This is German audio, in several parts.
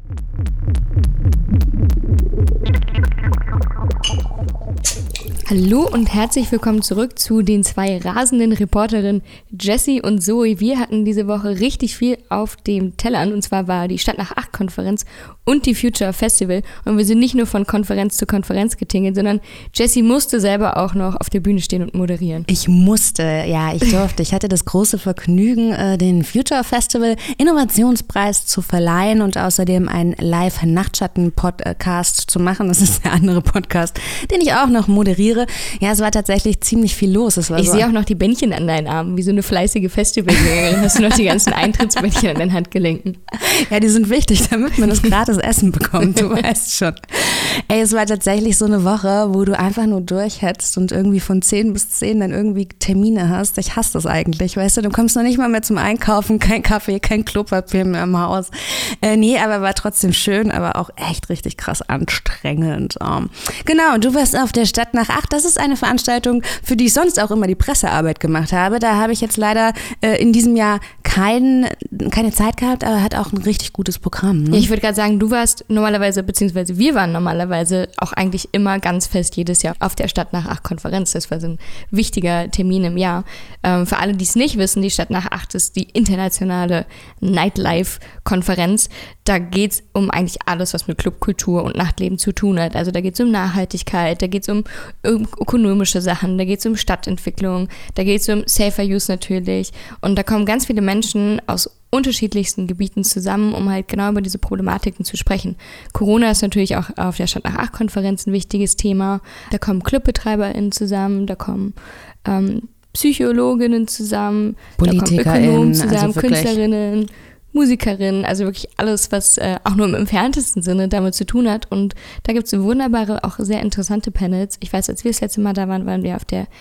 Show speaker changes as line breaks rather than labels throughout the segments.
Hallo und herzlich willkommen zurück zu den zwei rasenden Reporterinnen Jessie und Zoe. Wir hatten diese Woche richtig viel auf dem Tellern, und zwar war die Stadt nach 8 Konferenz und die Future Festival, und wir sind nicht nur von Konferenz zu Konferenz getingelt, sondern Jessie musste selber auch noch auf der Bühne stehen und moderieren.
Ich durfte. Ich hatte das große Vergnügen, den Future Festival Innovationspreis zu verleihen und außerdem einen Live-Nachtschatten-Podcast zu machen. Das ist der andere Podcast, den ich auch noch moderiere. Ja, es war tatsächlich ziemlich viel los.
Ich sehe auch noch die Bändchen an deinen Armen, wie so eine fleißige Festivalgängerin. Hast du noch die ganzen Eintrittsbändchen an deinen Handgelenken?
Ja, die sind wichtig, damit man das gratis Essen bekommt, du weißt schon. Ey, es war tatsächlich so eine Woche, wo du einfach nur durchhetzt und irgendwie von 10 bis 10 dann irgendwie Termine hast. Ich hasse das eigentlich, weißt du kommst noch nicht mal mehr zum Einkaufen, kein Kaffee, kein Klopapier mehr im Haus. Nee, aber war trotzdem schön, aber auch echt richtig krass anstrengend. Genau, du warst auf der Stadt nach 8. Das ist eine Veranstaltung, für die ich sonst auch immer die Pressearbeit gemacht habe. Da habe ich jetzt leider in diesem Jahr keine Zeit gehabt, aber hat auch ein richtig gutes Programm. Ne?
Ja, ich würde gerade sagen, du warst normalerweise, beziehungsweise wir waren normalerweise auch eigentlich immer ganz fest jedes Jahr auf der Stadt nach 8 Konferenz. Das war so ein wichtiger Termin im Jahr. Für alle, die es nicht wissen, die Stadt nach 8 ist die internationale Nightlife-Konferenz. Da geht es um eigentlich alles, was mit Clubkultur und Nachtleben zu tun hat. Also da geht es um Nachhaltigkeit, da geht es um ökonomische Sachen, da geht es um Stadtentwicklung, da geht es um Safer Use natürlich. Und da kommen ganz viele Menschen aus unterschiedlichsten Gebieten zusammen, um halt genau über diese Problematiken zu sprechen. Corona ist natürlich auch auf der Stadt nach 8 Konferenz ein wichtiges Thema. Da kommen ClubbetreiberInnen zusammen, da kommen Psychologinnen zusammen,
PolitikerInnen,
da kommen Ökonomen zusammen,
also
Künstlerinnen, Musikerinnen, also wirklich alles, was auch nur im entferntesten Sinne damit zu tun hat. Und da gibt es wunderbare, auch sehr interessante Panels. Ich weiß, als wir das letzte Mal da waren, waren wir auf dem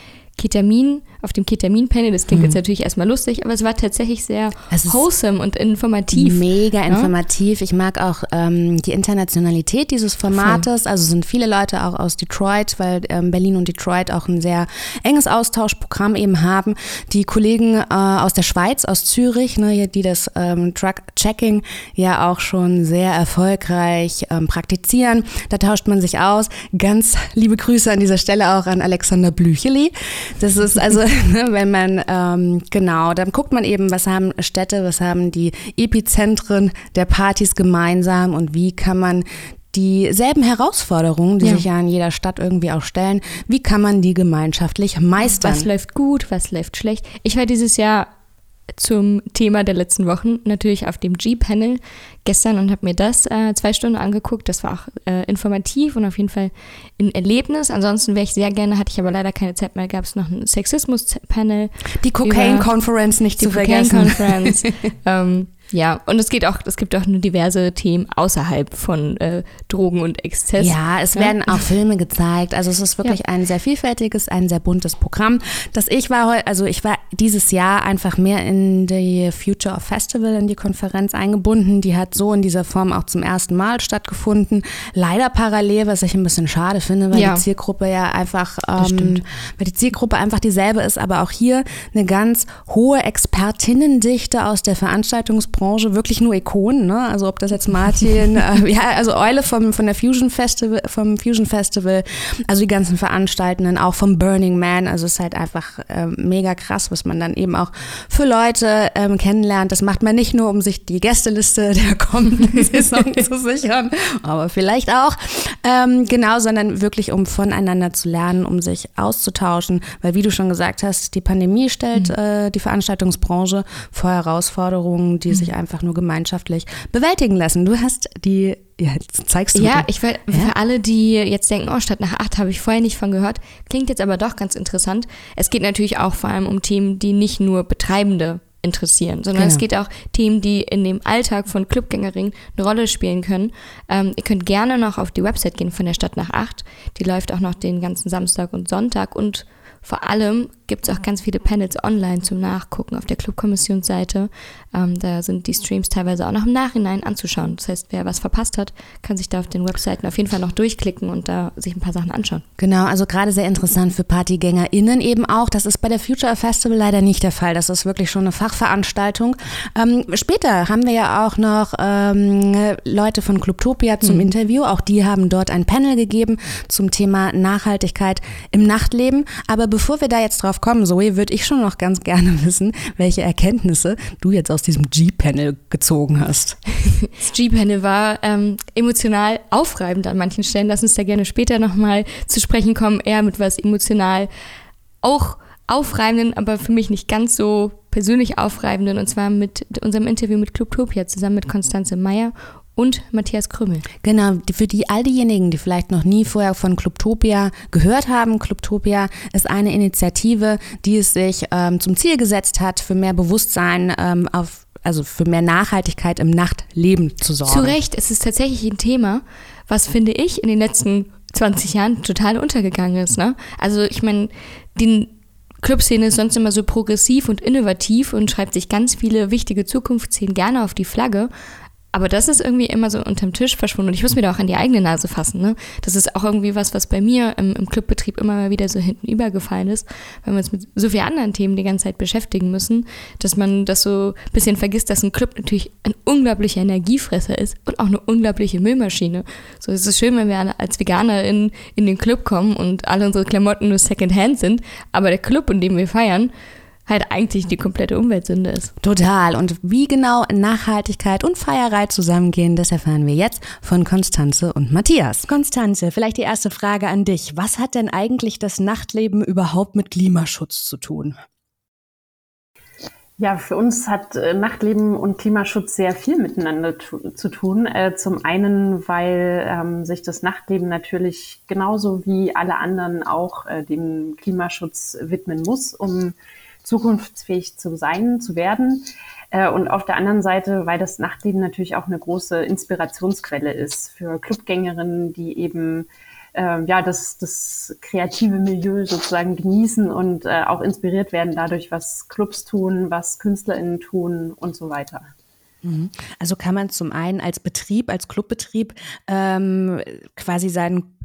Ketamin-Panel. Das klingt jetzt natürlich erstmal lustig, aber es war tatsächlich sehr wholesome und informativ.
Mega informativ. Ich mag auch die Internationalität dieses Formates. Voll. Also sind viele Leute auch aus Detroit, weil Berlin und Detroit auch ein sehr enges Austauschprogramm eben haben. Die Kollegen aus der Schweiz, aus Zürich, ne, die das Truck-Checking ja auch schon sehr erfolgreich praktizieren. Da tauscht man sich aus. Ganz liebe Grüße an dieser Stelle auch an Alexander Blücheli. Das ist also, wenn man, dann guckt man eben, was haben Städte, was haben die Epizentren der Partys gemeinsam und wie kann man dieselben Herausforderungen, die sich ja in jeder Stadt irgendwie auch stellen, wie kann man die gemeinschaftlich meistern?
Was läuft gut, was läuft schlecht? Ich war dieses Jahr zum Thema der letzten Wochen natürlich auf dem G-Panel gestern und habe mir das 2 Stunden angeguckt. Das war auch informativ und auf jeden Fall ein Erlebnis. Ansonsten wäre ich sehr gerne, hatte ich aber leider keine Zeit mehr, gab es noch ein Sexismus-Panel.
Die Cocaine-Conference nicht zu vergessen.
Die Cocaine-Conference. Ja, und es gibt auch nur diverse Themen außerhalb von Drogen und Exzess.
Ja, es werden auch Filme gezeigt. Also es ist wirklich ein sehr vielfältiges, ein sehr buntes Programm. Ich war dieses Jahr einfach mehr in die Future Festival, in die Konferenz eingebunden. Die hat so in dieser Form auch zum ersten Mal stattgefunden. Leider parallel, was ich ein bisschen schade finde, weil die Zielgruppe ja einfach, dieselbe ist, aber auch hier eine ganz hohe Expertinnendichte aus der Veranstaltungsbranche, wirklich nur Ikonen, ne? Also ob das jetzt Martin, also Eule vom Fusion Festival, also die ganzen Veranstaltenden, auch vom Burning Man, also es ist halt einfach mega krass, was man dann eben auch für Leute kennenlernt. Das macht man nicht nur, um sich die Gästeliste der kommenden Saison zu sichern, aber vielleicht auch, sondern wirklich, um voneinander zu lernen, um sich auszutauschen, weil wie du schon gesagt hast, die Pandemie stellt die Veranstaltungsbranche vor Herausforderungen, die sich einfach nur gemeinschaftlich bewältigen lassen. Du hast die, jetzt zeigst du
Ja, für alle, die jetzt denken, Stadt nach 8 habe ich vorher nicht von gehört, klingt jetzt aber doch ganz interessant. Es geht natürlich auch vor allem um Themen, die nicht nur Betreibende interessieren, sondern es geht auch Themen, die in dem Alltag von Clubgängerinnen eine Rolle spielen können. Ihr könnt gerne noch auf die Website gehen von der Stadt nach 8. Die läuft auch noch den ganzen Samstag und Sonntag und vor allem gibt es auch ganz viele Panels online zum Nachgucken auf der Clubkommissionsseite. Da sind die Streams teilweise auch noch im Nachhinein anzuschauen. Das heißt, wer was verpasst hat, kann sich da auf den Webseiten auf jeden Fall noch durchklicken und da sich ein paar Sachen anschauen.
Genau, also gerade sehr interessant für PartygängerInnen eben auch. Das ist bei der Future Festival leider nicht der Fall. Das ist wirklich schon eine Fachveranstaltung. Später haben wir ja auch noch Leute von Clubtopia zum Interview. Auch die haben dort ein Panel gegeben zum Thema Nachhaltigkeit im Nachtleben. Aber bevor wir da jetzt drauf kommen, Zoe, würde ich schon noch ganz gerne wissen, welche Erkenntnisse du jetzt aus diesem G-Panel gezogen hast.
Das G-Panel war emotional aufreibend an manchen Stellen. Lass uns da gerne später nochmal zu sprechen kommen, eher mit was emotional auch aufreibenden, aber für mich nicht ganz so persönlich aufreibenden, und zwar mit unserem Interview mit Clubtopia zusammen mit Constanze Meyer und Matthias Krümmel.
Genau, für all diejenigen, die vielleicht noch nie vorher von Clubtopia gehört haben. Clubtopia ist eine Initiative, die es sich zum Ziel gesetzt hat, für mehr Bewusstsein also für mehr Nachhaltigkeit im Nachtleben zu sorgen.
Zu Recht, es ist tatsächlich ein Thema, was, finde ich, in den letzten 20 Jahren total untergegangen ist. Ne? Also ich meine, die Clubszene ist sonst immer so progressiv und innovativ und schreibt sich ganz viele wichtige Zukunftsziele gerne auf die Flagge. Aber das ist irgendwie immer so unterm Tisch verschwunden und ich muss mir da auch an die eigene Nase fassen. Ne? Das ist auch irgendwie was bei mir im Clubbetrieb immer mal wieder so hinten übergefallen ist, weil wir uns mit so vielen anderen Themen die ganze Zeit beschäftigen müssen, dass man das so ein bisschen vergisst, dass ein Club natürlich ein unglaublicher Energiefresser ist und auch eine unglaubliche Müllmaschine. So, es ist schön, wenn wir als Veganer in den Club kommen und alle unsere Klamotten nur Secondhand sind, aber der Club, in dem wir feiern, halt eigentlich die komplette Umweltsünde ist.
Total. Und wie genau Nachhaltigkeit und Feierei zusammengehen, das erfahren wir jetzt von Constanze und Matthias. Constanze, vielleicht die erste Frage an dich. Was hat denn eigentlich das Nachtleben überhaupt mit Klimaschutz zu tun?
Ja, für uns hat Nachtleben und Klimaschutz sehr viel miteinander zu tun. Zum einen, weil sich das Nachtleben natürlich genauso wie alle anderen auch dem Klimaschutz widmen muss, um zukunftsfähig zu werden. Und auf der anderen Seite, weil das Nachtleben natürlich auch eine große Inspirationsquelle ist für Clubgängerinnen, die eben das kreative Milieu sozusagen genießen und auch inspiriert werden dadurch, was Clubs tun, was KünstlerInnen tun und so weiter.
Also kann man zum einen als Betrieb, als Clubbetrieb quasi seinen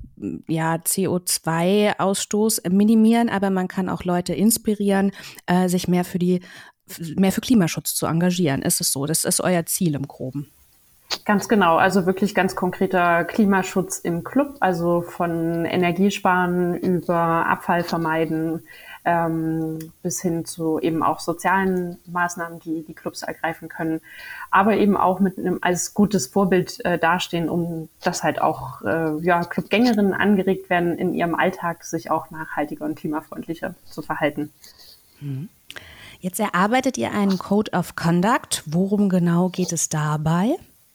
CO2-Ausstoß minimieren, aber man kann auch Leute inspirieren, sich mehr für Klimaschutz zu engagieren. Ist es so? Das ist euer Ziel im Groben.
Ganz genau, also wirklich ganz konkreter Klimaschutz im Club, also von Energiesparen über Abfall vermeiden bis hin zu eben auch sozialen Maßnahmen, die die Clubs ergreifen können, aber eben auch mit einem als gutes Vorbild dastehen, um dass halt auch Clubgängerinnen angeregt werden, in ihrem Alltag sich auch nachhaltiger und klimafreundlicher zu verhalten.
Jetzt erarbeitet ihr einen Code of Conduct. Worum genau geht es dabei?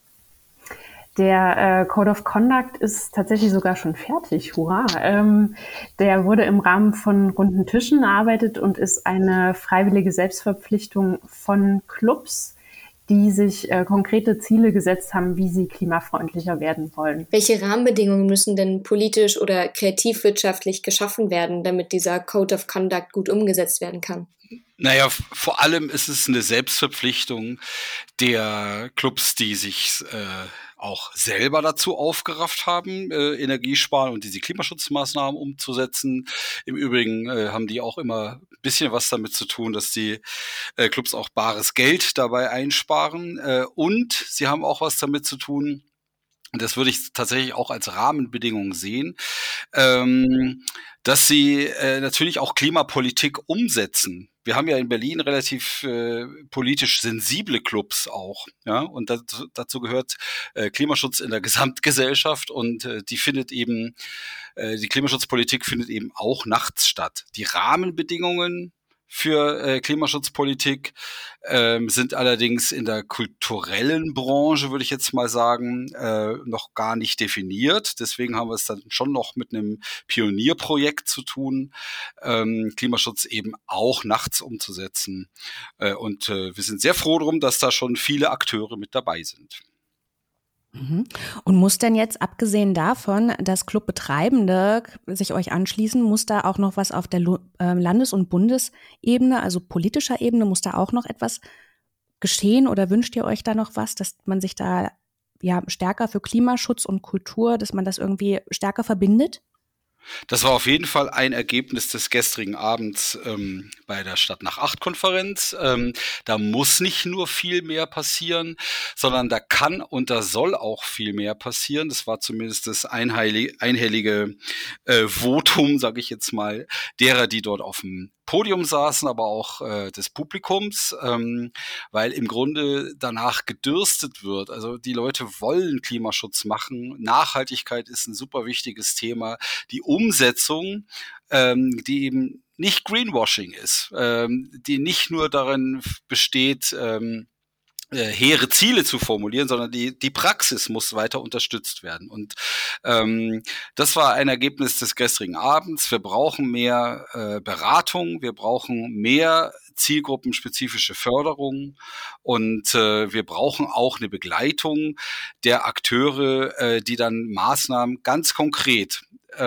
Der Code of Conduct ist tatsächlich sogar schon fertig, hurra. Der wurde im Rahmen von runden Tischen erarbeitet und ist eine freiwillige Selbstverpflichtung von Clubs, die sich konkrete Ziele gesetzt haben, wie sie klimafreundlicher werden wollen.
Welche Rahmenbedingungen müssen denn politisch oder kreativwirtschaftlich geschaffen werden, damit dieser Code of Conduct gut umgesetzt werden kann?
Naja, vor allem ist es eine Selbstverpflichtung der Clubs, die sich auch selber dazu aufgerafft haben, Energiesparen und diese Klimaschutzmaßnahmen umzusetzen. Im Übrigen haben die auch immer ein bisschen was damit zu tun, dass die Clubs auch bares Geld dabei einsparen. Und sie haben auch was damit zu tun, das würde ich tatsächlich auch als Rahmenbedingung sehen, dass sie natürlich auch Klimapolitik umsetzen. Wir haben ja in Berlin relativ politisch sensible Clubs auch, ja, und dazu gehört Klimaschutz in der Gesamtgesellschaft und die Klimaschutzpolitik findet eben auch nachts statt. Die Rahmenbedingungen für Klimaschutzpolitik sind allerdings in der kulturellen Branche, würde ich jetzt mal sagen, noch gar nicht definiert. Deswegen haben wir es dann schon noch mit einem Pionierprojekt zu tun, Klimaschutz eben auch nachts umzusetzen. Und wir sind sehr froh darum, dass da schon viele Akteure mit dabei sind.
Und muss denn jetzt, abgesehen davon, dass Clubbetreibende sich euch anschließen, muss da auch noch was auf der Landes- und Bundesebene, also politischer Ebene, muss da auch noch etwas geschehen oder wünscht ihr euch da noch was, dass man sich da stärker für Klimaschutz und Kultur, dass man das irgendwie stärker verbindet?
Das war auf jeden Fall ein Ergebnis des gestrigen Abends bei der Stadt nach 8-Konferenz. Da muss nicht nur viel mehr passieren, sondern da kann und da soll auch viel mehr passieren. Das war zumindest das einhellige Votum, sage ich jetzt mal, derer, die dort auf dem Podium saßen, aber auch des Publikums, weil im Grunde danach gedürstet wird. Also die Leute wollen Klimaschutz machen. Nachhaltigkeit ist ein super wichtiges Thema. Die Umsetzung, die eben nicht Greenwashing ist, die nicht nur darin besteht, hehre Ziele zu formulieren, sondern die Praxis muss weiter unterstützt werden. Und das war ein Ergebnis des gestrigen Abends. Wir brauchen mehr Beratung, wir brauchen mehr zielgruppenspezifische Förderung und wir brauchen auch eine Begleitung der Akteure, die dann Maßnahmen ganz konkret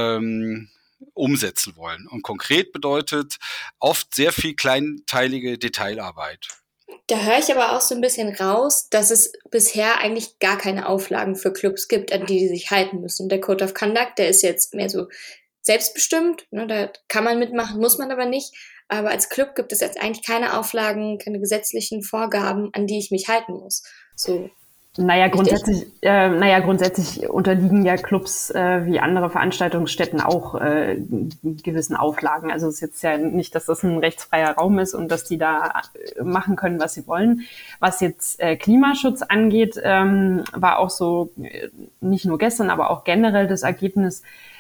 umsetzen wollen. Und konkret bedeutet oft sehr viel kleinteilige Detailarbeit.
Da höre ich aber auch so ein bisschen raus, dass es bisher eigentlich gar keine Auflagen für Clubs gibt, an die sich halten müssen. Der Code of Conduct, der ist jetzt mehr so selbstbestimmt, ne, da kann man mitmachen, muss man aber nicht. Aber als Club gibt es jetzt eigentlich keine Auflagen, keine gesetzlichen Vorgaben, an die ich mich halten muss. So.
Grundsätzlich unterliegen ja Clubs wie andere Veranstaltungsstätten auch gewissen Auflagen. Also es ist jetzt ja nicht, dass das ein rechtsfreier Raum ist und dass die da machen können, was sie wollen. Was jetzt Klimaschutz angeht, war auch so nicht nur gestern, aber auch generell das Ergebnis,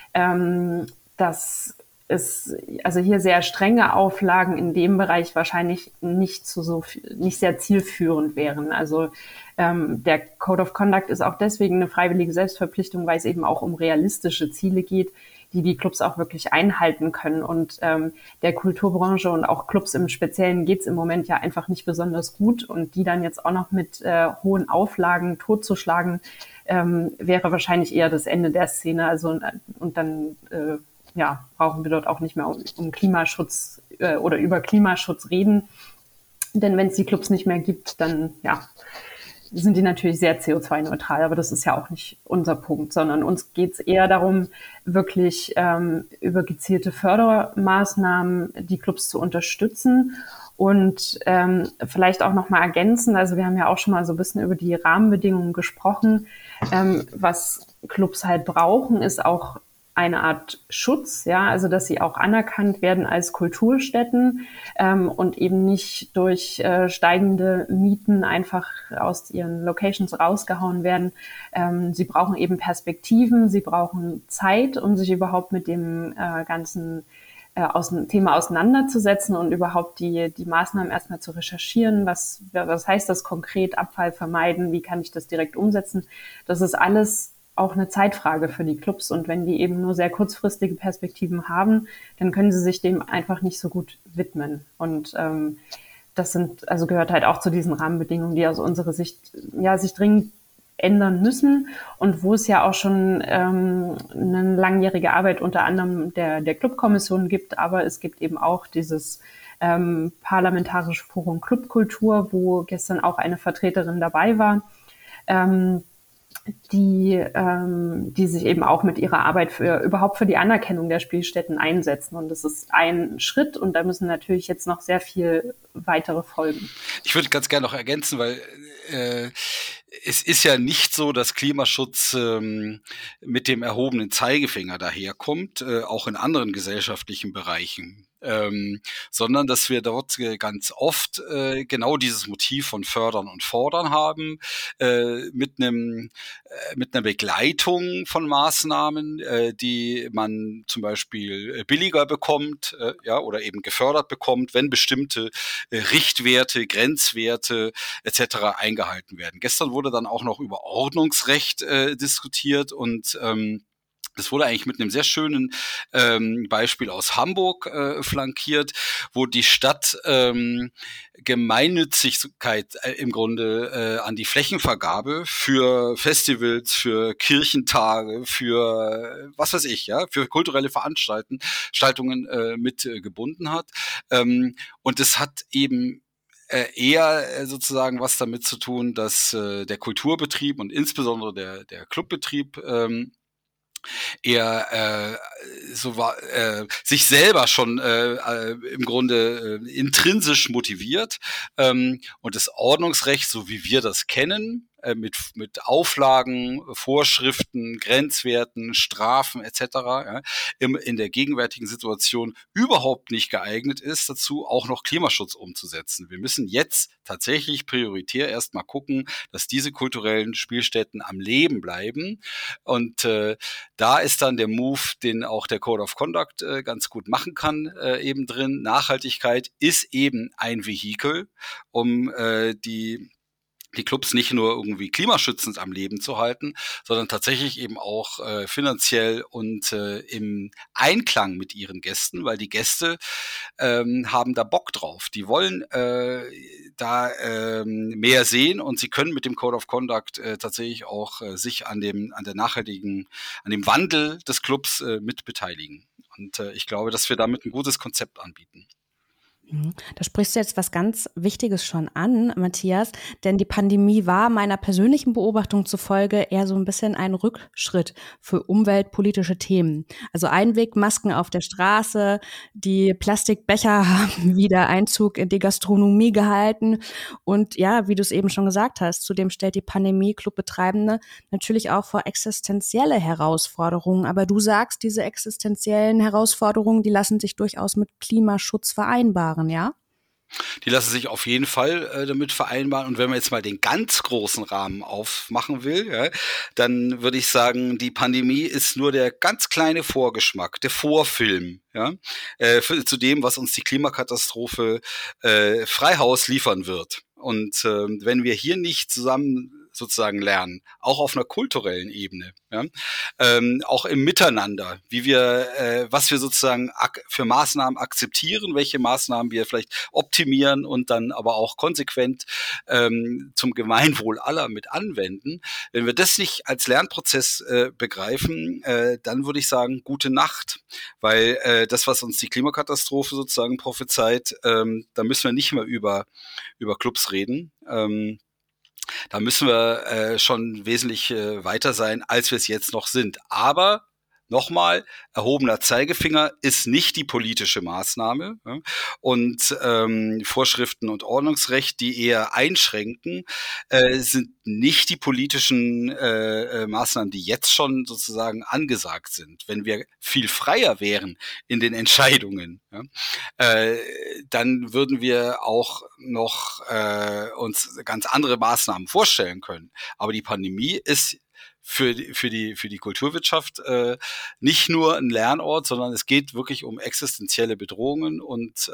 dass es also hier sehr strenge Auflagen in dem Bereich wahrscheinlich nicht sehr zielführend wären. Also der Code of Conduct ist auch deswegen eine freiwillige Selbstverpflichtung, weil es eben auch um realistische Ziele geht, die Clubs auch wirklich einhalten können. Und der Kulturbranche und auch Clubs im Speziellen geht es im Moment ja einfach nicht besonders gut. Und die dann jetzt auch noch mit hohen Auflagen totzuschlagen, wäre wahrscheinlich eher das Ende der Szene. Also und dann brauchen wir dort auch nicht mehr um Klimaschutz oder über Klimaschutz reden. Denn wenn es die Clubs nicht mehr gibt, dann sind die natürlich sehr CO2-neutral. Aber das ist ja auch nicht unser Punkt, sondern uns geht es eher darum, wirklich über gezielte Fördermaßnahmen die Clubs zu unterstützen. Und vielleicht auch nochmal ergänzen, also wir haben ja auch schon mal so ein bisschen über die Rahmenbedingungen gesprochen. Was Clubs halt brauchen, ist auch eine Art Schutz, also dass sie auch anerkannt werden als Kulturstätten und eben nicht durch steigende Mieten einfach aus ihren Locations rausgehauen werden. Sie brauchen eben Perspektiven, sie brauchen Zeit, um sich überhaupt mit dem ganzen Thema auseinanderzusetzen und überhaupt die Maßnahmen erstmal zu recherchieren. Was heißt das konkret? Abfall vermeiden? Wie kann ich das direkt umsetzen? Das ist alles auch eine Zeitfrage für die Clubs. Und wenn die eben nur sehr kurzfristige Perspektiven haben, dann können sie sich dem einfach nicht so gut widmen. Und das gehört halt auch zu diesen Rahmenbedingungen, die aus unserer Sicht sich dringend ändern müssen und wo es ja auch schon eine langjährige Arbeit unter anderem der Clubkommission gibt, aber es gibt eben auch dieses Parlamentarische Forum Clubkultur, wo gestern auch eine Vertreterin dabei war, die sich eben auch mit ihrer Arbeit überhaupt für die Anerkennung der Spielstätten einsetzen. Und das ist ein Schritt und da müssen natürlich jetzt noch sehr viel weitere folgen.
Ich würde ganz gerne noch ergänzen, weil es ist ja nicht so, dass Klimaschutz mit dem erhobenen Zeigefinger daherkommt, auch in anderen gesellschaftlichen Bereichen. Sondern dass wir dort ganz oft genau dieses Motiv von Fördern und Fordern haben, mit einer Begleitung von Maßnahmen, die man zum Beispiel billiger bekommt, oder eben gefördert bekommt, wenn bestimmte Richtwerte, Grenzwerte etc. eingehalten werden. Gestern wurde dann auch noch über Ordnungsrecht diskutiert und Das wurde eigentlich mit einem sehr schönen Beispiel aus Hamburg flankiert, wo die Stadt Gemeinnützigkeit im Grunde an die Flächenvergabe für Festivals, für Kirchentage, für was weiß ich, ja, für kulturelle Veranstaltungen mit gebunden hat. Und es hat eben eher sozusagen was damit zu tun, dass der Kulturbetrieb und insbesondere der Clubbetrieb er sich selber schon im Grunde intrinsisch motiviert und das Ordnungsrecht, so wie wir das kennen, mit Auflagen, Vorschriften, Grenzwerten, Strafen etc. Ja, in der gegenwärtigen Situation überhaupt nicht geeignet ist, dazu auch noch Klimaschutz umzusetzen. Wir müssen jetzt tatsächlich prioritär erstmal gucken, dass diese kulturellen Spielstätten am Leben bleiben. Und da ist dann der Move, den auch der Code of Conduct ganz gut machen kann, eben drin. Nachhaltigkeit ist eben ein Vehikel, um die Clubs nicht nur irgendwie klimaschützend am Leben zu halten, sondern tatsächlich eben auch finanziell und im Einklang mit ihren Gästen, weil die Gäste haben da Bock drauf. Die wollen da mehr sehen und sie können mit dem Code of Conduct tatsächlich auch sich an dem Wandel des Clubs mit beteiligen. Und ich glaube, dass wir damit ein gutes Konzept anbieten.
Da sprichst du jetzt was ganz Wichtiges schon an, Matthias, denn die Pandemie war meiner persönlichen Beobachtung zufolge eher so ein bisschen ein Rückschritt für umweltpolitische Themen. Also Einwegmasken auf der Straße, die Plastikbecher haben wieder Einzug in die Gastronomie gehalten und ja, wie du es eben schon gesagt hast, zudem stellt die Pandemie Clubbetreibende natürlich auch vor existenzielle Herausforderungen, aber du sagst, diese existenziellen Herausforderungen, die lassen sich durchaus mit Klimaschutz vereinbaren. Ja?
Die lassen sich auf jeden Fall damit vereinbaren. Und wenn man jetzt mal den ganz großen Rahmen aufmachen will, ja, dann würde ich sagen, die Pandemie ist nur der ganz kleine Vorgeschmack, der Vorfilm, ja, zu dem, was uns die Klimakatastrophe Freihaus liefern wird. Und wenn wir hier nicht zusammen sozusagen lernen, auch auf einer kulturellen Ebene, ja, auch im Miteinander, was wir sozusagen für Maßnahmen akzeptieren, welche Maßnahmen wir vielleicht optimieren und dann aber auch konsequent zum Gemeinwohl aller mit anwenden. Wenn wir das nicht als Lernprozess begreifen, dann würde ich sagen, gute Nacht, weil das, was uns die Klimakatastrophe sozusagen prophezeit, da müssen wir nicht mehr über Clubs reden. Da müssen wir schon wesentlich weiter sein, als wir es jetzt noch sind. Aber nochmal, erhobener Zeigefinger ist nicht die politische Maßnahme, ja? Und Vorschriften und Ordnungsrecht, die eher einschränken, sind nicht die politischen Maßnahmen, die jetzt schon sozusagen angesagt sind. Wenn wir viel freier wären in den Entscheidungen, ja, dann würden wir auch noch uns ganz andere Maßnahmen vorstellen können. Aber die Pandemie ist für die Kulturwirtschaft nicht nur ein Lernort, sondern es geht wirklich um existenzielle Bedrohungen und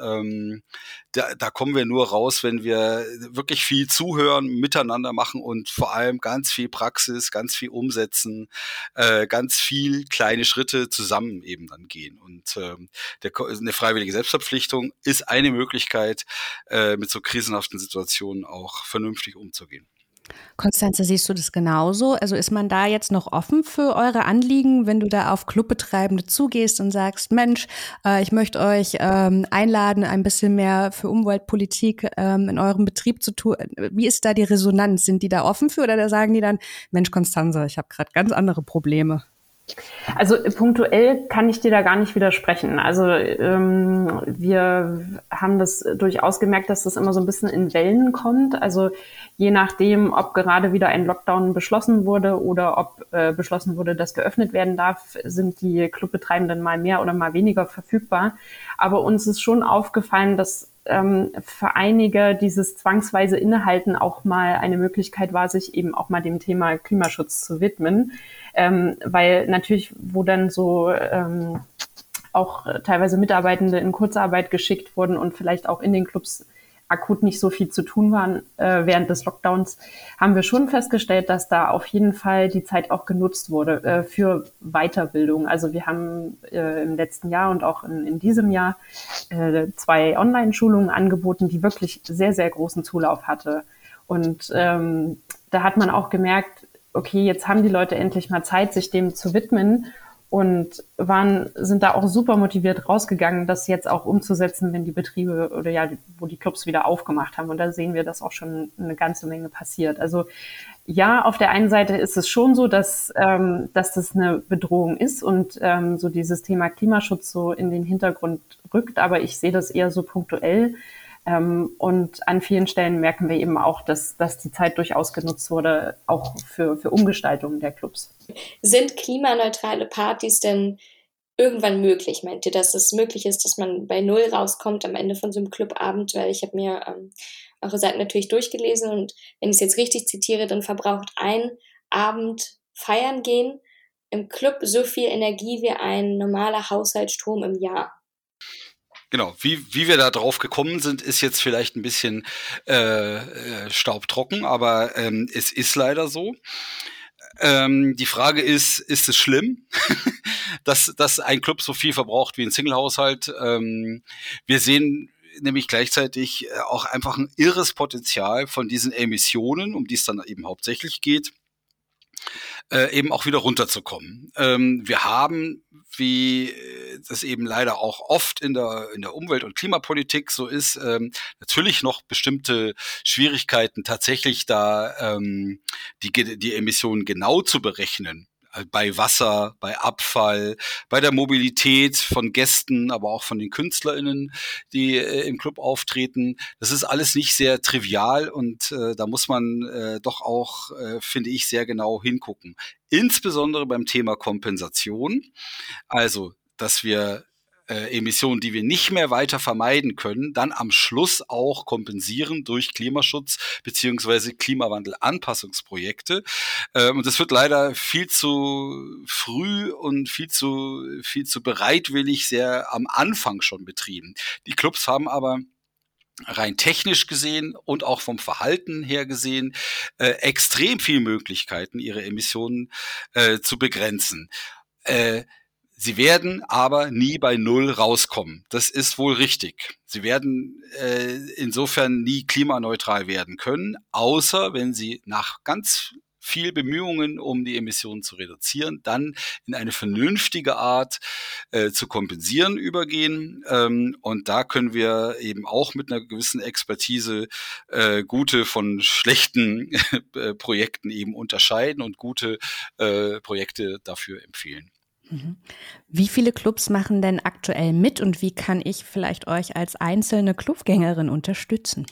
da kommen wir nur raus, wenn wir wirklich viel zuhören, miteinander machen und vor allem ganz viel Praxis, ganz viel umsetzen, ganz viel kleine Schritte zusammen eben dann gehen. Und eine freiwillige Selbstverpflichtung ist eine Möglichkeit, mit so krisenhaften Situationen auch vernünftig umzugehen.
Konstanze, siehst du das genauso? Also ist man da jetzt noch offen für eure Anliegen, wenn du da auf Clubbetreibende zugehst und sagst, Mensch, ich möchte euch einladen, ein bisschen mehr für Umweltpolitik in eurem Betrieb zu tun. Wie ist da die Resonanz? Sind die da offen für oder da sagen die dann, Mensch, Konstanze, ich habe gerade ganz andere Probleme?
Also punktuell kann ich dir da gar nicht widersprechen. Also wir haben das durchaus gemerkt, dass das immer so ein bisschen in Wellen kommt. Also je nachdem, ob gerade wieder ein Lockdown beschlossen wurde oder ob beschlossen wurde, dass geöffnet werden darf, sind die Clubbetreibenden mal mehr oder mal weniger verfügbar. Aber uns ist schon aufgefallen, dass für einige dieses zwangsweise Innehalten auch mal eine Möglichkeit war, sich eben auch mal dem Thema Klimaschutz zu widmen. Weil natürlich, wo dann so auch teilweise Mitarbeitende in Kurzarbeit geschickt wurden und vielleicht auch in den Clubs akut nicht so viel zu tun war während des Lockdowns, haben wir schon festgestellt, dass da auf jeden Fall die Zeit auch genutzt wurde für Weiterbildung. Also wir haben im letzten Jahr und auch in diesem Jahr 2 Online-Schulungen angeboten, die wirklich sehr, sehr großen Zulauf hatte. Und da hat man auch gemerkt, okay, jetzt haben die Leute endlich mal Zeit, sich dem zu widmen und sind da auch super motiviert rausgegangen, das jetzt auch umzusetzen, wenn die Betriebe oder ja, wo die Clubs wieder aufgemacht haben. Und da sehen wir, dass auch schon eine ganze Menge passiert. Also ja, auf der einen Seite ist es schon so, dass das eine Bedrohung ist und so dieses Thema Klimaschutz so in den Hintergrund rückt. Aber ich sehe das eher so punktuell. Und an vielen Stellen merken wir eben auch, dass die Zeit durchaus genutzt wurde, auch für Umgestaltungen der Clubs.
Sind klimaneutrale Partys denn irgendwann möglich? Meint ihr, dass es möglich ist, dass man bei Null rauskommt am Ende von so einem Clubabend? Weil ich habe mir eure Seiten natürlich durchgelesen und wenn ich es jetzt richtig zitiere, dann verbraucht ein Abend feiern gehen im Club so viel Energie wie ein normaler Haushaltsstrom im Jahr.
Genau, wie wir da drauf gekommen sind, ist jetzt vielleicht ein bisschen staubtrocken, aber es ist leider so. Die Frage ist es schlimm, dass ein Club so viel verbraucht wie ein Single-Haushalt? Wir sehen nämlich gleichzeitig auch einfach ein irres Potenzial von diesen Emissionen, um die es dann eben hauptsächlich geht, eben auch wieder runterzukommen. Wir haben, wie das eben leider auch oft in der Umwelt- und Klimapolitik so ist, natürlich noch bestimmte Schwierigkeiten, tatsächlich da die Emissionen genau zu berechnen. Bei Wasser, bei Abfall, bei der Mobilität von Gästen, aber auch von den KünstlerInnen, die im Club auftreten. Das ist alles nicht sehr trivial und da muss man doch auch, finde ich, sehr genau hingucken. Insbesondere beim Thema Kompensation. Also, dass wir Emissionen, die wir nicht mehr weiter vermeiden können, dann am Schluss auch kompensieren durch Klimaschutz beziehungsweise Klimawandelanpassungsprojekte. Und das wird leider viel zu früh und viel zu bereitwillig sehr am Anfang schon betrieben. Die Clubs haben aber rein technisch gesehen und auch vom Verhalten her gesehen extrem viele Möglichkeiten, ihre Emissionen zu begrenzen. Sie werden aber nie bei Null rauskommen. Das ist wohl richtig. Sie werden insofern nie klimaneutral werden können, außer wenn sie nach ganz viel Bemühungen, um die Emissionen zu reduzieren, dann in eine vernünftige Art zu kompensieren übergehen. Und da können wir eben auch mit einer gewissen Expertise gute von schlechten Projekten eben unterscheiden und gute Projekte dafür empfehlen.
Wie viele Clubs machen denn aktuell mit und wie kann ich vielleicht euch als einzelne Clubgängerin unterstützen?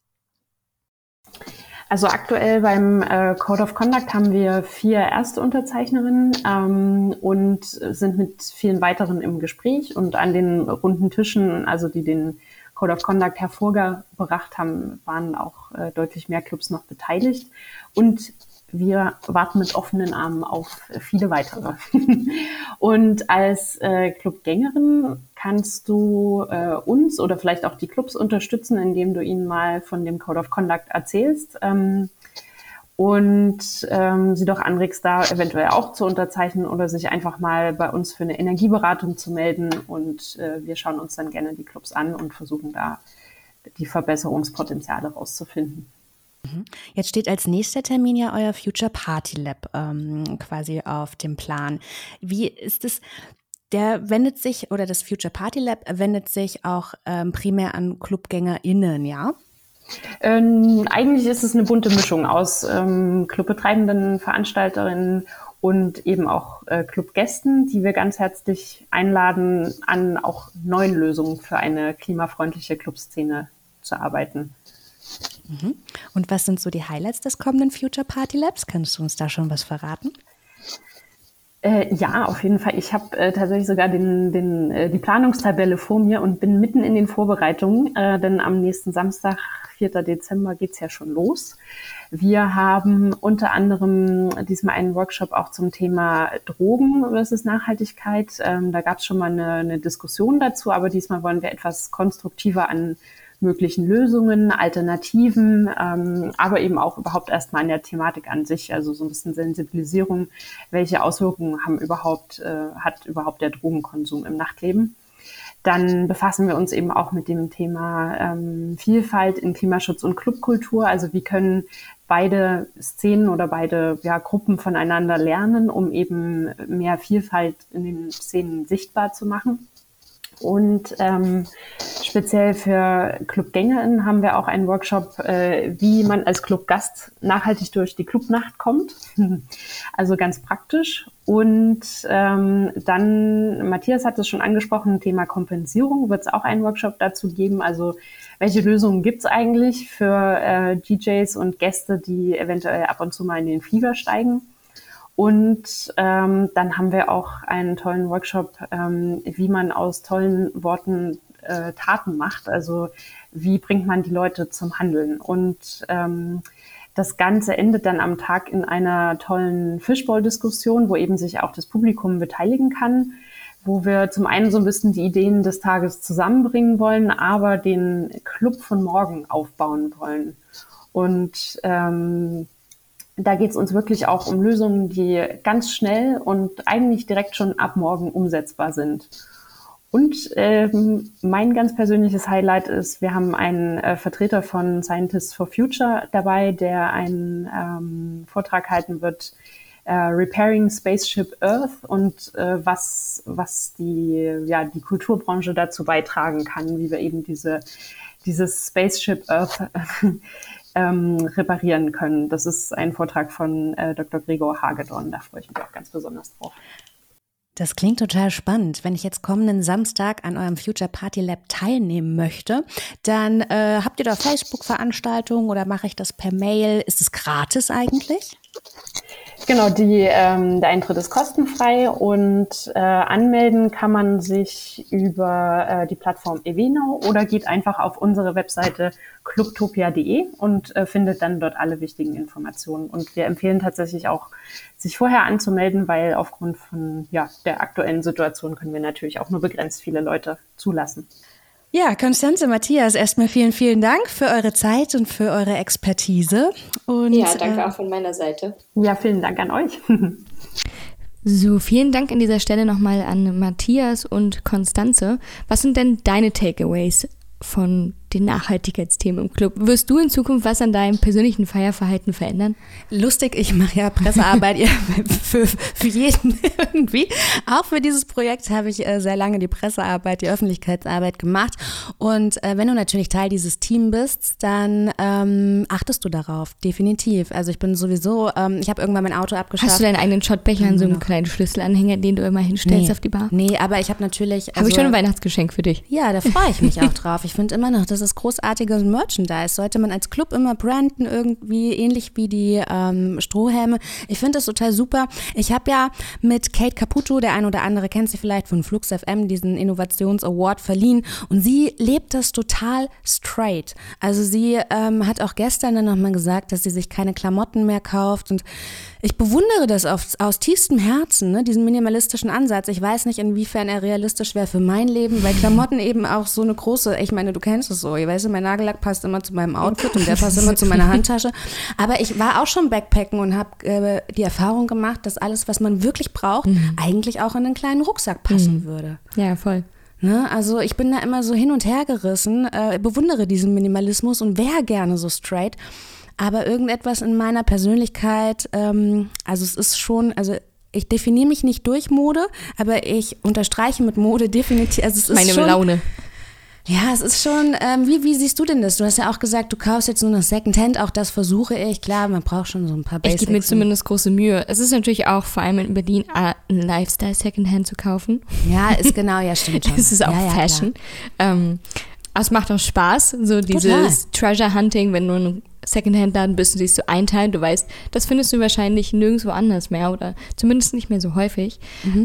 Also aktuell beim Code of Conduct haben wir 4 Erstunterzeichnerinnen und sind mit vielen weiteren im Gespräch und an den runden Tischen, also die den Code of Conduct hervorgebracht haben, waren auch deutlich mehr Clubs noch beteiligt und wir warten mit offenen Armen auf viele weitere. Und als Clubgängerin kannst du uns oder vielleicht auch die Clubs unterstützen, indem du ihnen mal von dem Code of Conduct erzählst und sie doch anregst, da eventuell auch zu unterzeichnen oder sich einfach mal bei uns für eine Energieberatung zu melden. Und wir schauen uns dann gerne die Clubs an und versuchen da die Verbesserungspotenziale rauszufinden.
Jetzt steht als nächster Termin ja euer Future Party Lab quasi auf dem Plan. Wie ist es? Der wendet sich, oder das Future Party Lab wendet sich auch primär an ClubgängerInnen, ja?
Eigentlich ist es eine bunte Mischung aus Clubbetreibenden, Veranstalterinnen und eben auch Clubgästen, die wir ganz herzlich einladen, an auch neuen Lösungen für eine klimafreundliche Clubszene zu arbeiten.
Und was sind so die Highlights des kommenden Future Party Labs? Kannst du uns da schon was verraten?
Ja, auf jeden Fall. Ich habe tatsächlich sogar die Planungstabelle vor mir und bin mitten in den Vorbereitungen, denn am nächsten Samstag, 4. Dezember, geht's ja schon los. Wir haben unter anderem diesmal einen Workshop auch zum Thema Drogen versus Nachhaltigkeit. Da gab es schon mal eine Diskussion dazu, aber diesmal wollen wir etwas konstruktiver an möglichen Lösungen, Alternativen, aber eben auch überhaupt erstmal an der Thematik an sich, also so ein bisschen Sensibilisierung, welche Auswirkungen hat überhaupt der Drogenkonsum im Nachtleben. Dann befassen wir uns eben auch mit dem Thema Vielfalt in Klimaschutz und Clubkultur. Also wie können beide Szenen oder beide Gruppen voneinander lernen, um eben mehr Vielfalt in den Szenen sichtbar zu machen. Und speziell für ClubgängerInnen haben wir auch einen Workshop, wie man als Clubgast nachhaltig durch die Clubnacht kommt. Also ganz praktisch. Und dann, Matthias hat es schon angesprochen, Thema Kompensierung, wird es auch einen Workshop dazu geben. Also welche Lösungen gibt es eigentlich für DJs und Gäste, die eventuell ab und zu mal in den Flieger steigen? Und dann haben wir auch einen tollen Workshop, wie man aus tollen Worten Taten macht. Also wie bringt man die Leute zum Handeln? Und das Ganze endet dann am Tag in einer tollen Fishbowl-Diskussion, wo eben sich auch das Publikum beteiligen kann, wo wir zum einen so ein bisschen die Ideen des Tages zusammenbringen wollen, aber den Club von morgen aufbauen wollen. Und da geht es uns wirklich auch um Lösungen, die ganz schnell und eigentlich direkt schon ab morgen umsetzbar sind. Und mein ganz persönliches Highlight ist, wir haben einen Vertreter von Scientists for Future dabei, der einen Vortrag halten wird, Repairing Spaceship Earth und was die Kulturbranche dazu beitragen kann, wie wir eben dieses Spaceship Earth reparieren können. Das ist ein Vortrag von Dr. Gregor Hagedorn, da freue ich mich auch ganz besonders drauf.
Das klingt total spannend. Wenn ich jetzt kommenden Samstag an eurem Future Party Lab teilnehmen möchte, dann habt ihr da Facebook-Veranstaltungen oder mache ich das per Mail? Ist es gratis eigentlich?
Genau, der Eintritt ist kostenfrei und anmelden kann man sich über die Plattform Evenau oder geht einfach auf unsere Webseite clubtopia.de und findet dann dort alle wichtigen Informationen. Und wir empfehlen tatsächlich auch, sich vorher anzumelden, weil aufgrund von der aktuellen Situation können wir natürlich auch nur begrenzt viele Leute zulassen.
Ja, Constanze, Matthias, erstmal vielen, vielen Dank für eure Zeit und für eure Expertise. Und,
ja, danke auch von meiner Seite.
Ja, vielen Dank an euch.
So, vielen Dank an dieser Stelle nochmal an Matthias und Constanze. Was sind denn deine Takeaways von den Nachhaltigkeitsthemen im Club? Wirst du in Zukunft was an deinem persönlichen Feierverhalten verändern?
Lustig, ich mache ja Pressearbeit für jeden irgendwie. Auch für dieses Projekt habe ich sehr lange die Pressearbeit, die Öffentlichkeitsarbeit gemacht. Und wenn du natürlich Teil dieses Teams bist, dann achtest du darauf, definitiv. Also ich bin sowieso, ich habe irgendwann mein Auto abgeschafft.
Hast du deinen eigenen Shotbecher an so einem kleinen Schlüsselanhänger, den du immer hinstellst auf die Bar?
Nee, aber ich habe natürlich...
Habe ich schon ein Weihnachtsgeschenk für dich.
Ja, da freue ich mich auch drauf. Ich finde immer noch, das ist großartiges Merchandise. Sollte man als Club immer branden, irgendwie ähnlich wie die Strohhelme. Ich finde das total super. Ich habe ja mit Kate Caputo, der ein oder andere kennt sie vielleicht von Flux FM, diesen Innovations-Award verliehen. Und sie lebt das total straight. Also sie hat auch gestern dann nochmal gesagt, dass sie sich keine Klamotten mehr kauft. Und ich bewundere das aus tiefstem Herzen, ne, diesen minimalistischen Ansatz. Ich weiß nicht, inwiefern er realistisch wäre für mein Leben, weil Klamotten eben auch so eine große, ich meine, du kennst es so, weißt du, mein Nagellack passt immer zu meinem Outfit und der passt immer zu meiner Handtasche. Aber ich war auch schon Backpacken und habe die Erfahrung gemacht, dass alles, was man wirklich braucht, eigentlich auch in einen kleinen Rucksack passen würde.
Ja, voll.
Ne, also ich bin da immer so hin und her gerissen, bewundere diesen Minimalismus und wäre gerne so straight. Aber irgendetwas in meiner Persönlichkeit, also es ist schon, also ich definiere mich nicht durch Mode, aber ich unterstreiche mit Mode definitiv. Also es ist
meine
schon,
Laune.
Ja, es ist schon, wie siehst du denn das? Du hast ja auch gesagt, du kaufst jetzt nur noch Secondhand, auch das versuche ich. Klar, man braucht schon so ein paar Basics.
Ich gebe mir zumindest große Mühe. Es ist natürlich auch vor allem in Berlin ein Lifestyle Secondhand zu kaufen.
Ja, ist genau, ja stimmt schon.
Es ist auch Fashion. Es macht auch Spaß, so dieses Treasure Hunting, wenn du ein Secondhand-Laden bist und siehst so ein Teil, du weißt, das findest du wahrscheinlich nirgendwo anders mehr oder zumindest nicht mehr so häufig.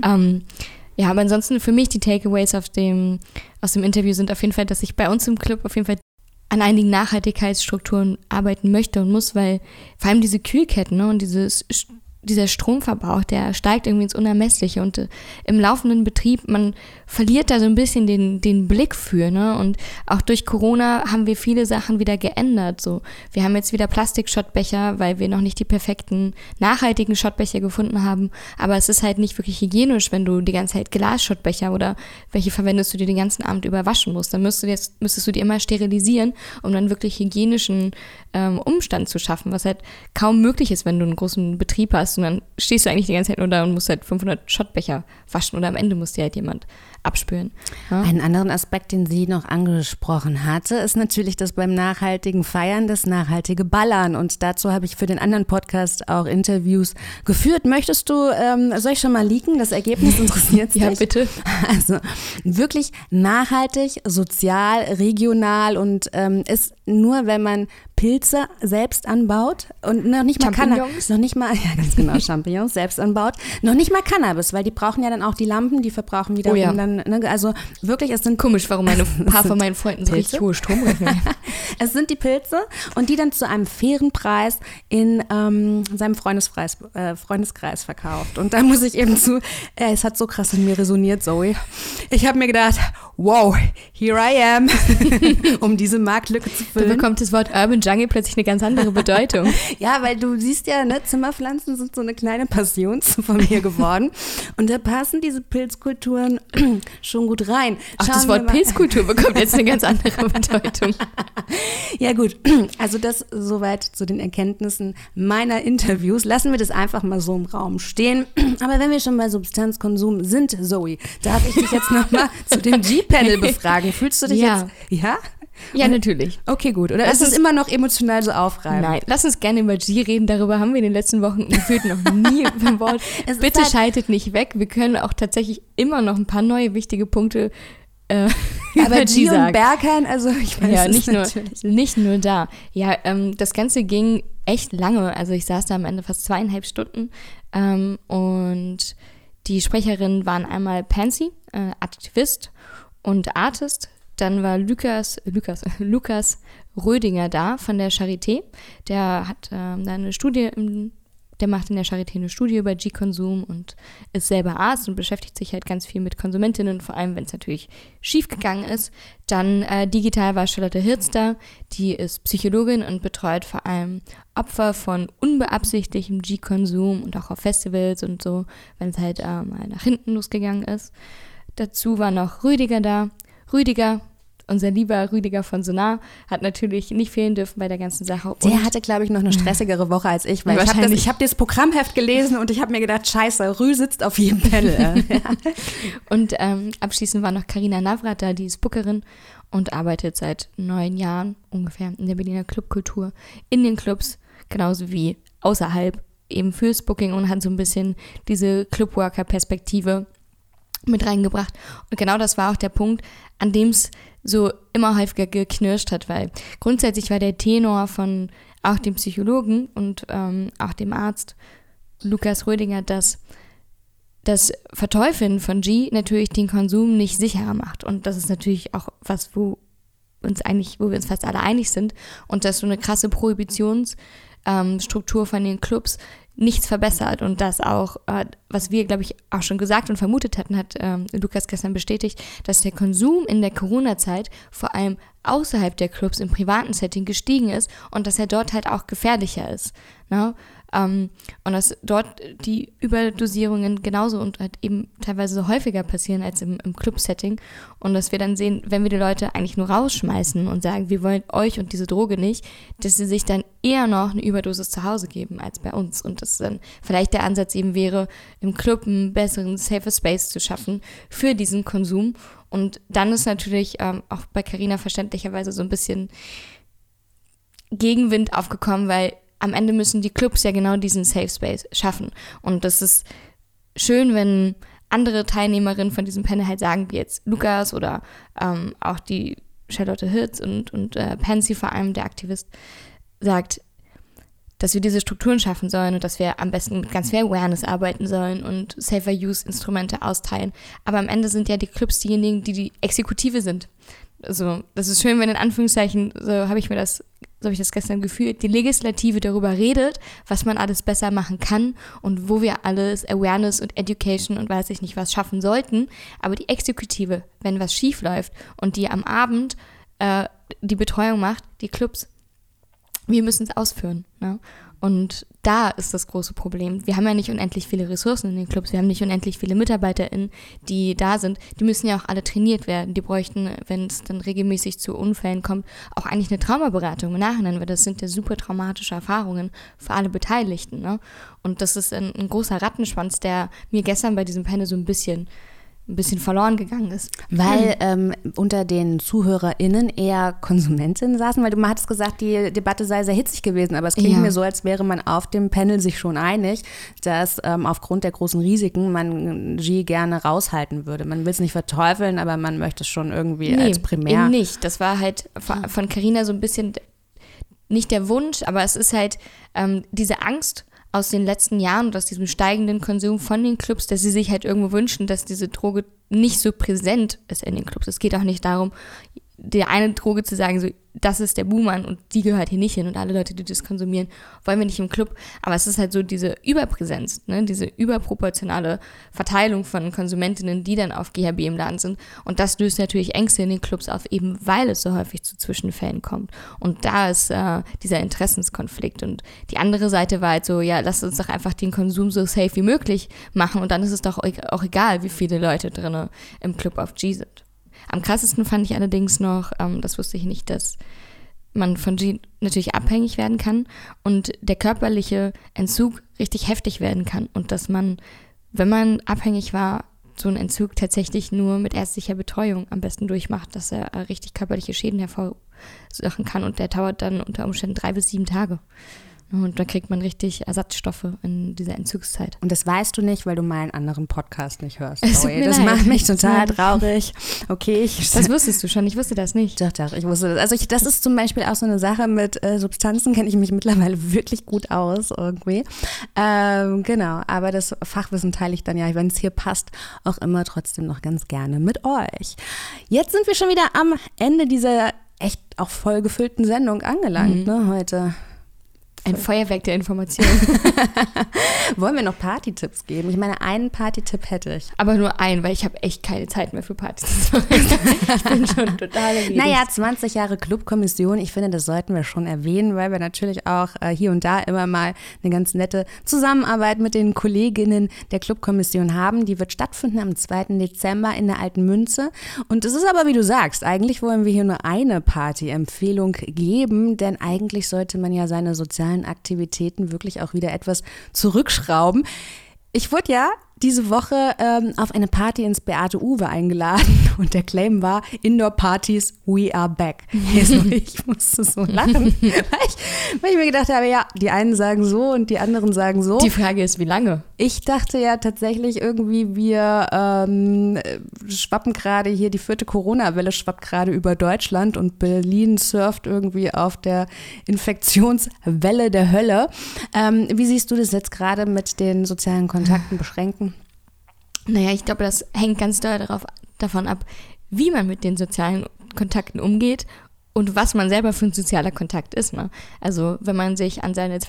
Ja, aber ansonsten für mich die Takeaways aus dem Interview sind auf jeden Fall, dass ich bei uns im Club auf jeden Fall an einigen Nachhaltigkeitsstrukturen arbeiten möchte und muss, weil vor allem diese Kühlketten, ne, und dieses dieser Stromverbrauch, der steigt irgendwie ins Unermessliche und im laufenden Betrieb, man verliert da so ein bisschen den Blick für, ne? Und auch durch Corona haben wir viele Sachen wieder geändert, so. Wir haben jetzt wieder Plastik-Schottbecher, weil wir noch nicht die perfekten, nachhaltigen Schottbecher gefunden haben, aber es ist halt nicht wirklich hygienisch, wenn du die ganze Zeit Glas-Schottbecher oder welche verwendest du dir den ganzen Abend über waschen musst, dann müsstest du die immer sterilisieren, um dann wirklich hygienischen Umstand zu schaffen, was halt kaum möglich ist, wenn du einen großen Betrieb hast und dann stehst du eigentlich die ganze Zeit nur da und musst halt 500 Schottbecher waschen oder am Ende muss dir halt jemand abspülen. Ja?
Einen anderen Aspekt, den sie noch angesprochen hatte, ist natürlich das beim nachhaltigen Feiern, das nachhaltige Ballern und dazu habe ich für den anderen Podcast auch Interviews geführt. Möchtest du, soll ich schon mal leaken? Das Ergebnis interessiert dich?
Ja, bitte.
Also wirklich nachhaltig, sozial, regional und ist nur, wenn man Pilze selbst anbaut und noch nicht mal Cannabis, ja ganz genau, Champignons selbst anbaut, noch nicht mal Cannabis, weil die brauchen ja dann auch die Lampen, die verbrauchen wiederum dann, ne, also wirklich, es sind
komisch, warum ein paar von meinen Freunden so richtig hohe Stromrechnungen haben.
Es sind die Pilze und die dann zu einem fairen Preis in seinem Freundeskreis verkauft und da muss ich eben es hat so krass in mir resoniert, Zoe. Ich habe mir gedacht, wow, here I am, um diese Marktlücke zu füllen.
Da bekommt das Wort Urban Jungle plötzlich eine ganz andere Bedeutung.
Ja, weil du siehst ja, ne, Zimmerpflanzen sind so eine kleine Passion von mir geworden und da passen diese Pilzkulturen schon gut rein.
Auch das Wort Pilzkultur bekommt jetzt eine ganz andere Bedeutung.
Ja gut, also das soweit zu den Erkenntnissen meiner Interviews. Lassen wir das einfach mal so im Raum stehen. Aber wenn wir schon bei Substanzkonsum sind, Zoe, darf ich dich jetzt nochmal zu dem G-Panel befragen. Fühlst du dich jetzt? Ja?
Ja, natürlich.
Okay, gut. Oder ist es immer noch emotional so aufreibend?
Nein, lass uns gerne über G reden. Darüber haben wir in den letzten Wochen gefühlt noch nie beim Wort. Bitte schaltet nicht weg. Wir können auch tatsächlich immer noch ein paar neue wichtige Punkte
aber G und Berghain, also ich weiß
ja,
es
nicht nur da. Ja, das Ganze ging echt lange. Also ich saß da am Ende fast 2,5 Stunden und die Sprecherinnen waren einmal Pansy, Aktivist und Artist. Dann war Lukas Rödinger da von der Charité. Der hat da eine Studie, der macht in der Charité eine Studie über G-Konsum und ist selber Arzt und beschäftigt sich halt ganz viel mit Konsumentinnen, vor allem wenn es natürlich schief gegangen ist. Dann digital war Charlotte Hirz da, die ist Psychologin und betreut vor allem Opfer von unbeabsichtigtem G-Konsum und auch auf Festivals und so, wenn es halt mal nach hinten losgegangen ist. Dazu war noch Rüdiger da. Rüdiger, unser lieber Rüdiger von Sonar, hat natürlich nicht fehlen dürfen bei der ganzen Sache.
Der hatte, glaube ich, noch eine stressigere Woche als ich, weil ich habe das Programmheft gelesen und ich habe mir gedacht, scheiße, Rü sitzt auf jedem Panel.
Und abschließend war noch Carina Navrat da, die ist Bookerin und arbeitet seit 9 Jahren ungefähr in der Berliner Clubkultur, in den Clubs, genauso wie außerhalb, eben fürs Booking und hat so ein bisschen diese Clubworker-Perspektive mit reingebracht. Und genau das war auch der Punkt, an dem es so immer häufiger geknirscht hat, weil grundsätzlich war der Tenor von auch dem Psychologen und auch dem Arzt Lukas Rödinger, dass das Verteufeln von G natürlich den Konsum nicht sicherer macht. Und das ist natürlich auch was, wo wir uns fast alle einig sind und dass so eine krasse Prohibitionsstruktur von den Clubs nichts verbessert und das auch, was wir, glaube ich, auch schon gesagt und vermutet hatten, hat Lukas gestern bestätigt, dass der Konsum in der Corona-Zeit vor allem außerhalb der Clubs im privaten Setting gestiegen ist und dass er dort halt auch gefährlicher ist. Ne? Und dass dort die Überdosierungen genauso und halt eben teilweise so häufiger passieren als im Club-Setting und dass wir dann sehen, wenn wir die Leute eigentlich nur rausschmeißen und sagen, wir wollen euch und diese Droge nicht, dass sie sich dann eher noch eine Überdosis zu Hause geben als bei uns und dass dann vielleicht der Ansatz eben wäre, im Club einen besseren, safer Space zu schaffen für diesen Konsum und dann ist natürlich auch bei Carina verständlicherweise so ein bisschen Gegenwind aufgekommen, weil am Ende müssen die Clubs ja genau diesen Safe Space schaffen. Und das ist schön, wenn andere Teilnehmerinnen von diesem Panel halt sagen, wie jetzt Lukas oder auch die Charlotte Hirz und Pansy, vor allem der Aktivist, sagt, dass wir diese Strukturen schaffen sollen und dass wir am besten mit ganz viel Awareness arbeiten sollen und Safer-Use-Instrumente austeilen. Aber am Ende sind ja die Clubs diejenigen, die die Exekutive sind. Also das ist schön, wenn in Anführungszeichen, so habe ich mir das so habe ich das gestern gefühlt, die Legislative darüber redet, was man alles besser machen kann und wo wir alles Awareness und Education und weiß ich nicht was schaffen sollten. Aber die Exekutive, wenn was schief läuft und die am Abend die Betreuung macht, die Clubs, wir müssen es ausführen. Ne? Und da ist das große Problem. Wir haben ja nicht unendlich viele Ressourcen in den Clubs, wir haben nicht unendlich viele MitarbeiterInnen, die da sind. Die müssen ja auch alle trainiert werden. Die bräuchten, wenn es dann regelmäßig zu Unfällen kommt, auch eigentlich eine Traumaberatung im Nachhinein, weil das sind ja super traumatische Erfahrungen für alle Beteiligten. Ne? Und das ist ein großer Rattenschwanz, der mir gestern bei diesem Panel so ein bisschen verloren gegangen ist.
Weil unter den ZuhörerInnen eher Konsumentinnen saßen, weil du hattest gesagt, die Debatte sei sehr hitzig gewesen, aber es klingt mir so, als wäre man auf dem Panel sich schon einig, dass aufgrund der großen Risiken man Xi gerne raushalten würde. Man will es nicht verteufeln, aber man möchte es schon irgendwie als primär.
Eben nicht. Das war halt von Carina so ein bisschen nicht der Wunsch, aber es ist halt diese Angst aus den letzten Jahren und aus diesem steigenden Konsum von den Clubs, dass sie sich halt irgendwo wünschen, dass diese Droge nicht so präsent ist in den Clubs. Es geht auch nicht darum, der eine Droge zu sagen, so, das ist der Buhmann und die gehört hier nicht hin und alle Leute, die das konsumieren, wollen wir nicht im Club. Aber es ist halt so diese Überpräsenz, ne? Diese überproportionale Verteilung von Konsumentinnen, die dann auf GHB im Laden sind. Und das löst natürlich Ängste in den Clubs auf, eben weil es so häufig zu Zwischenfällen kommt. Und da ist dieser Interessenskonflikt. Und die andere Seite war halt so, ja, lasst uns doch einfach den Konsum so safe wie möglich machen und dann ist es doch auch egal, wie viele Leute drin im Club auf G sind. Am krassesten fand ich allerdings noch, das wusste ich nicht, dass man von G natürlich abhängig werden kann und der körperliche Entzug richtig heftig werden kann und dass man, wenn man abhängig war, so einen Entzug tatsächlich nur mit ärztlicher Betreuung am besten durchmacht, dass er richtig körperliche Schäden hervorsachen kann und der dauert dann unter Umständen 3 bis 7 Tage. Und da kriegt man richtig Ersatzstoffe in dieser Entzugszeit.
Und das weißt du nicht, weil du meinen anderen Podcast nicht hörst. Das macht mich total traurig. Okay,
das wusstest du schon, ich wusste das nicht.
Doch, ich wusste das. Also das ist zum Beispiel auch so eine Sache mit Substanzen, kenne ich mich mittlerweile wirklich gut aus irgendwie. Genau, aber das Fachwissen teile ich dann ja, wenn es hier passt, auch immer trotzdem noch ganz gerne mit euch. Jetzt sind wir schon wieder am Ende dieser echt auch voll gefüllten Sendung angelangt, ne, heute.
Ein Feuerwerk der Informationen.
Wollen wir noch Party-Tipps geben? Ich meine, einen Party-Tipp hätte ich.
Aber nur einen, weil ich habe echt keine Zeit mehr für Partys. Ich bin schon total erledigt.
Naja, 20 Jahre Clubkommission. Ich finde, das sollten wir schon erwähnen, weil wir natürlich auch hier und da immer mal eine ganz nette Zusammenarbeit mit den Kolleginnen der Clubkommission haben. Die wird stattfinden am 2. Dezember in der Alten Münze. Und es ist aber, wie du sagst, eigentlich wollen wir hier nur eine Party-Empfehlung geben, denn eigentlich sollte man ja seine sozialen Aktivitäten wirklich auch wieder etwas zurückschrauben. Ich wurde ja diese Woche auf eine Party ins Beate Uwe eingeladen und der Claim war Indoor-Partys, we are back. Also ich musste so lachen, weil ich mir gedacht habe, ja, die einen sagen so und die anderen sagen so.
Die Frage ist, wie lange?
Ich dachte ja tatsächlich irgendwie, wir schwappen gerade hier, die 4. Corona-Welle schwappt gerade über Deutschland und Berlin surft irgendwie auf der Infektionswelle der Hölle. Wie siehst du das jetzt gerade mit den sozialen Kontakten beschränken?
Naja, ich glaube, das hängt ganz doll davon ab, wie man mit den sozialen Kontakten umgeht und was man selber für ein sozialer Kontakt ist. Ne? Also wenn man sich an seine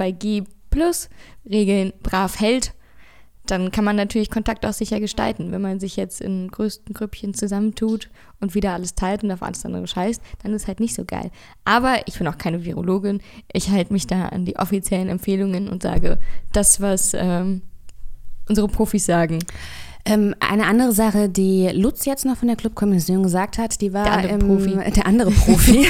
2G+-Regeln brav hält, dann kann man natürlich Kontakt auch sicher gestalten. Wenn man sich jetzt in größten Grüppchen zusammentut und wieder alles teilt und auf alles andere scheißt, dann ist halt nicht so geil. Aber ich bin auch keine Virologin. Ich halte mich da an die offiziellen Empfehlungen und sage das, was unsere Profis sagen.
Eine andere Sache, die Lutz jetzt noch von der Clubkommission gesagt hat, die war
der
andere Profi,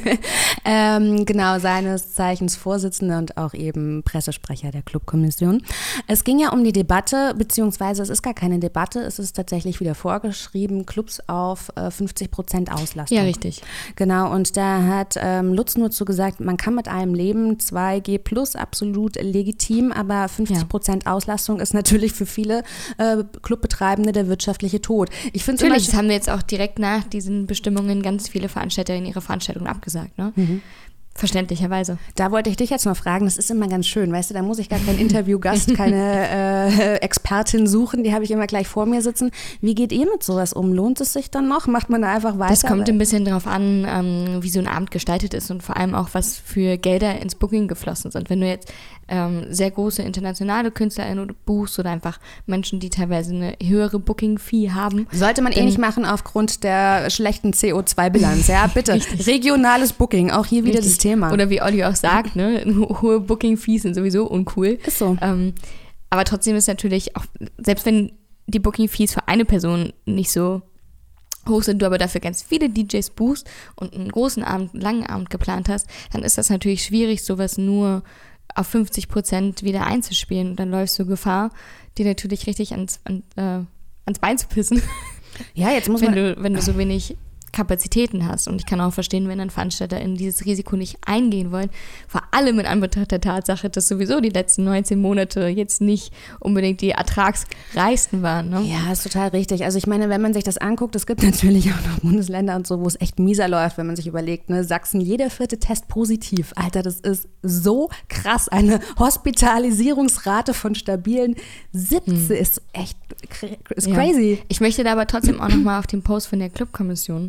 genau, seines Zeichens Vorsitzender und auch eben Pressesprecher der Clubkommission. Es ging ja um die Debatte, beziehungsweise es ist gar keine Debatte, es ist tatsächlich wieder vorgeschrieben, Clubs auf 50% Auslastung.
Ja, richtig.
Genau, und da hat Lutz nur zu gesagt, man kann mit allem leben, 2G+, absolut legitim, aber 50% Auslastung ist natürlich für viele Clubbetreibende der wirtschaftliche Tod. Ich finde
natürlich, das haben wir jetzt auch direkt nach diesen Bestimmungen ganz viele Veranstalterinnen ihre Veranstaltungen abgesagt. Ne? Verständlicherweise.
Da wollte ich dich jetzt noch fragen, das ist immer ganz schön, weißt du, da muss ich gar keinen Interviewgast, keine Expertin suchen, die habe ich immer gleich vor mir sitzen. Wie geht ihr mit sowas um? Lohnt es sich dann noch? Macht man da einfach weiter?
Das kommt ein bisschen drauf an, wie so ein Abend gestaltet ist und vor allem auch, was für Gelder ins Booking geflossen sind. Wenn du jetzt sehr große internationale KünstlerInnen buchst oder einfach Menschen, die teilweise eine höhere Booking-Fee haben.
Sollte man nicht machen aufgrund der schlechten CO2-Bilanz. Ja, bitte. Regionales Booking, auch hier wieder das Thema.
Oder wie Olli auch sagt, ne, hohe Booking-Fees sind sowieso uncool.
Ist so.
Aber trotzdem ist natürlich auch, selbst wenn die Booking-Fees für eine Person nicht so hoch sind, du aber dafür ganz viele DJs buchst und einen großen Abend, einen langen Abend geplant hast, dann ist das natürlich schwierig, sowas nur auf 50% wieder einzuspielen. Und dann läufst du Gefahr, dir natürlich richtig ans Bein zu pissen.
Ja, jetzt muss
wenn du so wenig Kapazitäten hast. Und ich kann auch verstehen, wenn dann Veranstalter in dieses Risiko nicht eingehen wollen, vor allem in Anbetracht der Tatsache, dass sowieso die letzten 19 Monate jetzt nicht unbedingt die ertragsreichsten waren. Ne?
Ja, ist total richtig. Also ich meine, wenn man sich das anguckt, es gibt natürlich auch noch Bundesländer und so, wo es echt mieser läuft, wenn man sich überlegt, ne, Sachsen, jeder 4. Test positiv. Alter, das ist so krass. Eine Hospitalisierungsrate von stabilen 17 ist echt crazy.
Ja. Ich möchte da aber trotzdem auch nochmal auf den Post von der Clubkommission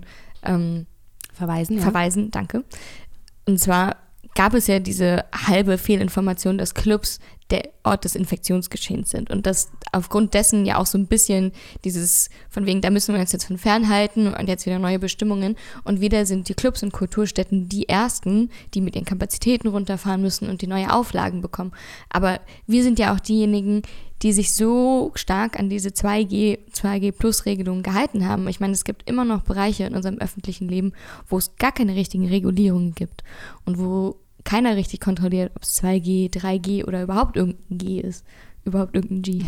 verweisen, danke. Und zwar gab es ja diese halbe Fehlinformation, dass Clubs der Ort des Infektionsgeschehens sind und dass aufgrund dessen ja auch so ein bisschen dieses von wegen, da müssen wir uns jetzt von fernhalten und jetzt wieder neue Bestimmungen und wieder sind die Clubs und Kulturstätten die ersten, die mit ihren Kapazitäten runterfahren müssen und die neue Auflagen bekommen. Aber wir sind ja auch diejenigen, die sich so stark an diese 2G-Plus-Regelungen gehalten haben. Ich meine, es gibt immer noch Bereiche in unserem öffentlichen Leben, wo es gar keine richtigen Regulierungen gibt und wo keiner richtig kontrolliert, ob es 2G, 3G oder überhaupt irgendein G ist. Überhaupt irgendein G.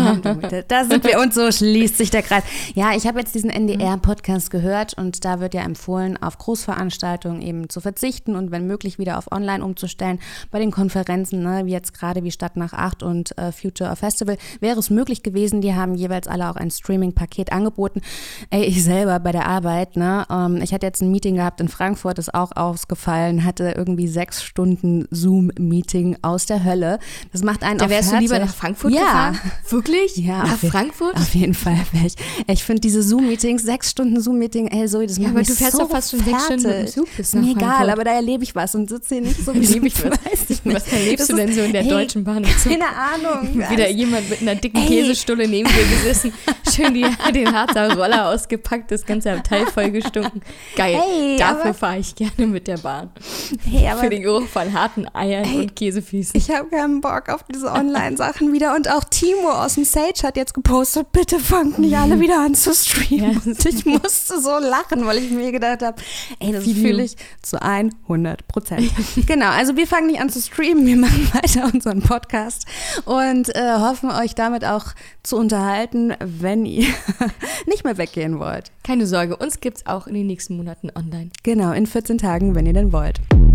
Da sind wir und so schließt sich der Kreis. Ja, ich habe jetzt diesen NDR-Podcast gehört und da wird ja empfohlen, auf Großveranstaltungen eben zu verzichten und wenn möglich wieder auf Online umzustellen. Bei den Konferenzen, ne, wie jetzt gerade wie Stadt nach 8 und Future Festival, wäre es möglich gewesen. Die haben jeweils alle auch ein Streaming-Paket angeboten. Ey, ich selber bei der Arbeit, ne, ich hatte jetzt ein Meeting gehabt in Frankfurt, ist auch ausgefallen, hatte irgendwie 6 Stunden Zoom-Meeting aus der Hölle. Das macht einen
da wärst du lieber nach Frankfurt gefahren? Wirklich?
Ja.
Nach Frankfurt?
Auf jeden Fall. Ich finde diese Zoom-Meetings, 6 Stunden Zoom-Meeting, ey Zoe, das macht mich so fertig. Aber du fährst doch fast schon 6 Stunden mit dem Zug bis nach Frankfurt. Egal, aber da erlebe ich was und sitze hier nicht so wie ich weiß nicht.
Was erlebst du denn so in der Deutschen Bahn?
Keine Ahnung.
Wieder jemand mit einer dicken Käsestulle neben dir gesessen, schön den Harzer Roller ausgepackt, das ganze Abteil voll gestunken. Geil, dafür fahre ich gerne mit der Bahn. Für den Geruch von harten Eiern und Käsefüßen.
Ich habe keinen Bock auf diese Online-Sachen wieder. Und auch Timo aus dem Sage hat jetzt gepostet, bitte fangt nicht alle wieder an zu streamen. Ja. Und ich musste so lachen, weil ich mir gedacht habe, ey, das fühle ich zu 100%. Genau, also wir fangen nicht an zu streamen, wir machen weiter unseren Podcast und hoffen euch damit auch zu unterhalten, wenn ihr nicht mehr weggehen wollt.
Keine Sorge, uns gibt's auch in den nächsten Monaten online.
Genau, in 14 Tagen, wenn ihr denn wollt.